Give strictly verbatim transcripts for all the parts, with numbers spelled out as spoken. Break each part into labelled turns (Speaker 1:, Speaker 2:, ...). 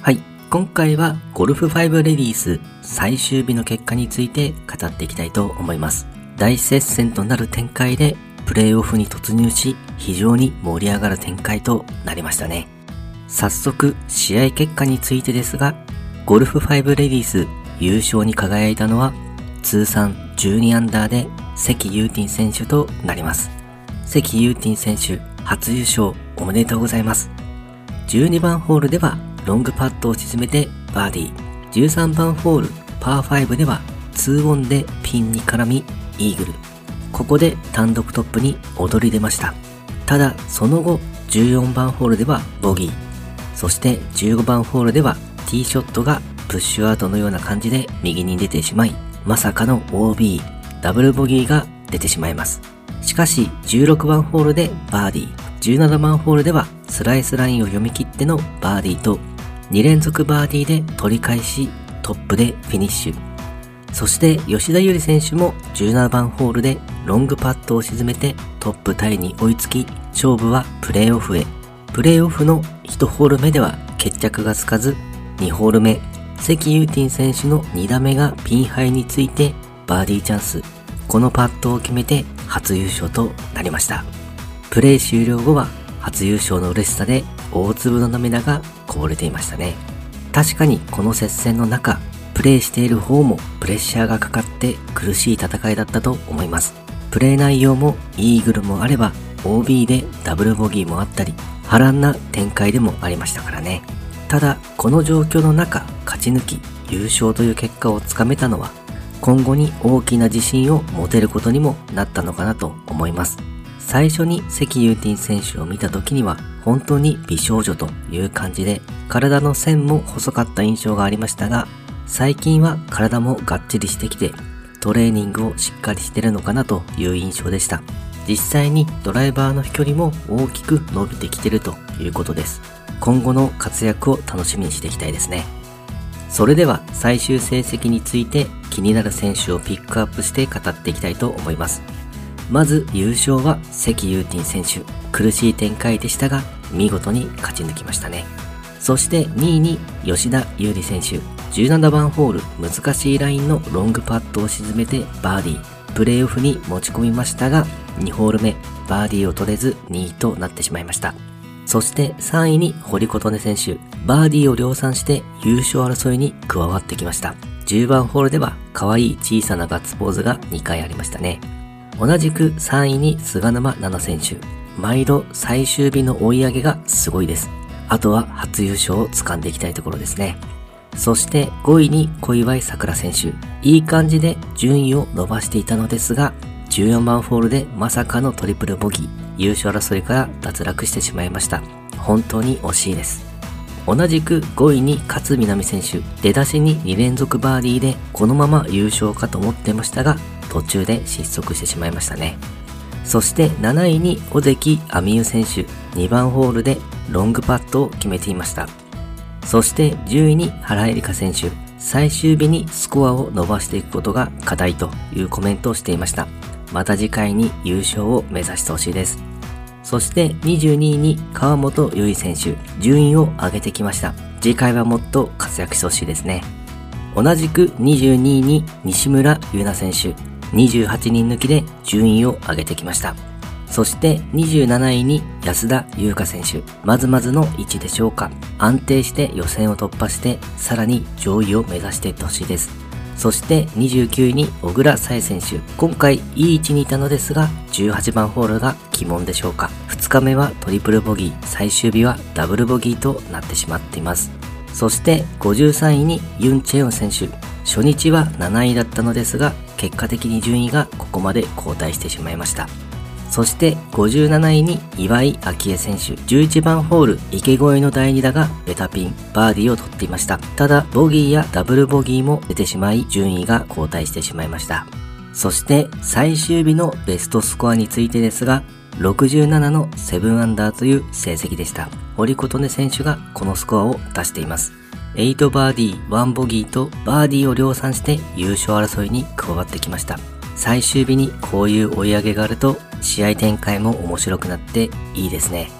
Speaker 1: はい、今回はゴルフファイブレディース最終日の結果について語っていきたいと思います。大接戦となる展開でプレーオフに突入し、非常に盛り上がる展開となりましたね。早速試合結果についてですが、ゴルフファイブレディース優勝に輝いたのは通算じゅうにアンダーで関ユーティン選手となります。関ユーティン選手初優勝おめでとうございます。じゅうにばんホールではロングパットを沈めてバーディー、じゅうさんばんホールパーファイブではツーオンでピンに絡みイーグル。ここで単独トップに躍り出ました。ただその後じゅうよんばんホールではボギー、そしてじゅうごばんホールではティーショットがプッシュアウトのような感じで右に出てしまい、まさかの オービー、ダブルボギーが出てしまいます。しかしじゅうろくばんホールでバーディー、じゅうななばんホールではスライスラインを読み切ってのバーディーとに連続バーディーで取り返しトップでフィニッシュ。そして吉田優利選手もじゅうななばんホールでロングパットを沈めてトップタイに追いつき、勝負はプレーオフへ。プレーオフのいちホール目では決着がつかず、にホール目、関ユーティン選手のに打目がピンハイについてバーディーチャンス。このパットを決めて初優勝となりました。プレー終了後は初優勝の嬉しさで大粒の涙がこぼれていましたね。確かにこの接戦の中、プレーしている方もプレッシャーがかかって苦しい戦いだったと思います。プレー内容もイーグルもあれば オービー でダブルボギーもあったり、波乱な展開でもありましたからね。ただこの状況の中、勝ち抜き優勝という結果をつかめたのは今後に大きな自信を持てることにもなったのかなと思います。最初に関ユーティン選手を見た時には本当に美少女という感じで、体の線も細かった印象がありましたが、最近は体もがっちりしてきてトレーニングをしっかりしてるのかなという印象でした。実際にドライバーの飛距離も大きく伸びてきてるということです。今後の活躍を楽しみにしていきたいですね。それでは最終成績について気になる選手をピックアップして語っていきたいと思います。まず優勝は関ユーティン選手。苦しい展開でしたが見事に勝ち抜きましたね。そしてにいに吉田優利選手。じゅうななばんホール難しいラインのロングパットを沈めてバーディー。プレーオフに持ち込みましたがにホール目バーディーを取れずにいとなってしまいました。そしてさんいに堀琴音選手。バーディーを量産して優勝争いに加わってきました。じゅうばんホールでは可愛い小さなガッツポーズがにかいありましたね。同じくさんいに菅沼菜々選手。毎度最終日の追い上げがすごいです。あとは初優勝を掴んでいきたいところですね。そしてごいに小祝さくら選手。いい感じで順位を伸ばしていたのですが、じゅうよんばんホールでまさかのトリプルボギー。優勝争いから脱落してしまいました。本当に惜しいです。同じくごいに勝みなみ選手。出だしにに連続バーディーでこのまま優勝かと思ってましたが、途中で失速してしまいましたね。そしてなないに尾関亜美優選手。にばんホールでロングパットを決めていました。そしてじゅういに原英莉花選手。最終日にスコアを伸ばしていくことが課題というコメントをしていました。また次回に優勝を目指してほしいです。そしてにじゅうにいに川本結衣選手。順位を上げてきました。次回はもっと活躍してほしいですね。同じくにじゅうにいに西村優菜選手。にじゅうはちにん抜きで順位を上げてきました。そしてにじゅうなないに安田優花選手。まずまずの位置でしょうか。安定して予選を突破してさらに上位を目指していってほしいです。そしてにじゅうきゅういに小倉彩絵選手。今回いい位置にいたのですがじゅうはちばんホールが鬼門でしょうか。ふつかめはトリプルボギー、最終日はダブルボギーとなってしまっています。そしてごじゅうさんいにユン・チェヨン選手。初日はなないだったのですが結果的に順位がここまで後退してしまいました。そしてごじゅうなないに岩井明愛選手。じゅういちばんホール池越えのだいに打がベタピンバーディーを取っていました。ただボギーやダブルボギーも出てしまい順位が後退してしまいました。そして最終日のベストスコアについてですがろくじゅうななのななアンダーという成績でした。堀琴音選手がこのスコアを出しています。はちバーディーいちボギーとバーディーを量産して優勝争いに加わってきました。最終日にこういう追い上げがあると試合展開も面白くなっていいですね。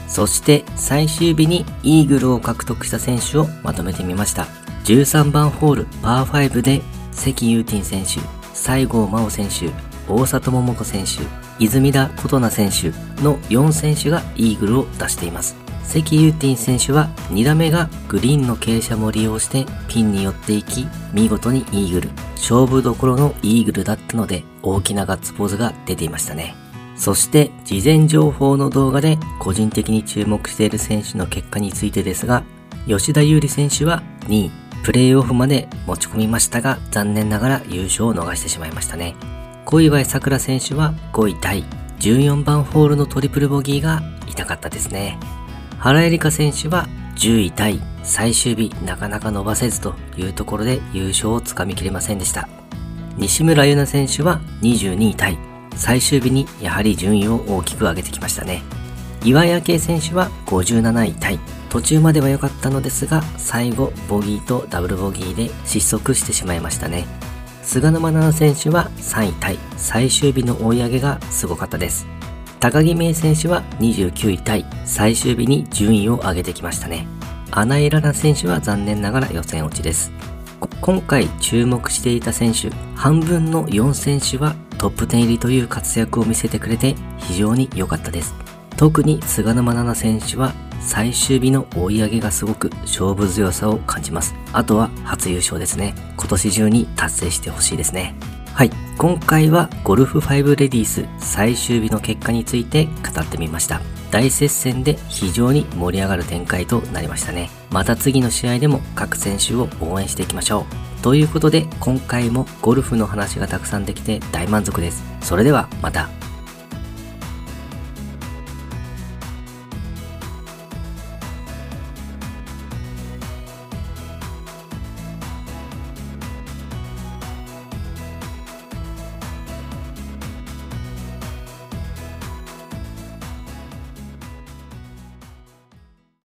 Speaker 1: そして最終日にイーグルを獲得した選手をまとめてみました。じゅうさんばんホールパーファイブで関ユーティン選手、西郷真央選手、大里桃子選手、泉田琴奈選手のよん選手がイーグルを出しています。関ユーティン選手はに打目がグリーンの傾斜も利用してピンに寄っていき、見事にイーグル。勝負どころのイーグルだったので大きなガッツポーズが出ていましたね。そして事前情報の動画で個人的に注目している選手の結果についてですが、吉田優利選手はにい、プレーオフまで持ち込みましたが残念ながら優勝を逃してしまいましたね。小祝さくら選手はごいタイ、じゅうよんばんホールのトリプルボギーが痛かったですね。原英莉花選手はじゅういタイ、最終日なかなか伸ばせずというところで優勝をつかみきれませんでした。西村優菜選手はにじゅうにいタイ、最終日にやはり順位を大きく上げてきましたね。岩井明愛選手はごじゅうなないタイ、途中までは良かったのですが最後ボギーとダブルボギーで失速してしまいましたね。菅沼菜々選手はさんいタイ、最終日の追い上げがすごかったです。高木芽衣選手はにじゅうきゅういタイ、最終日に順位を上げてきましたね。穴井詩選手は残念ながら予選落ちです。今回注目していた選手、半分のよん選手はトップじゅう入りという活躍を見せてくれて非常に良かったです。特に菅沼菜々選手は最終日の追い上げがすごく勝負強さを感じます。あとは初優勝ですね。今年中に達成してほしいですね。はい。今回はゴルフファイブレディース最終日の結果について語ってみました。大接戦で非常に盛り上がる展開となりましたね。また次の試合でも各選手を応援していきましょう。ということで今回もゴルフの話がたくさんできて大満足です。それではまた。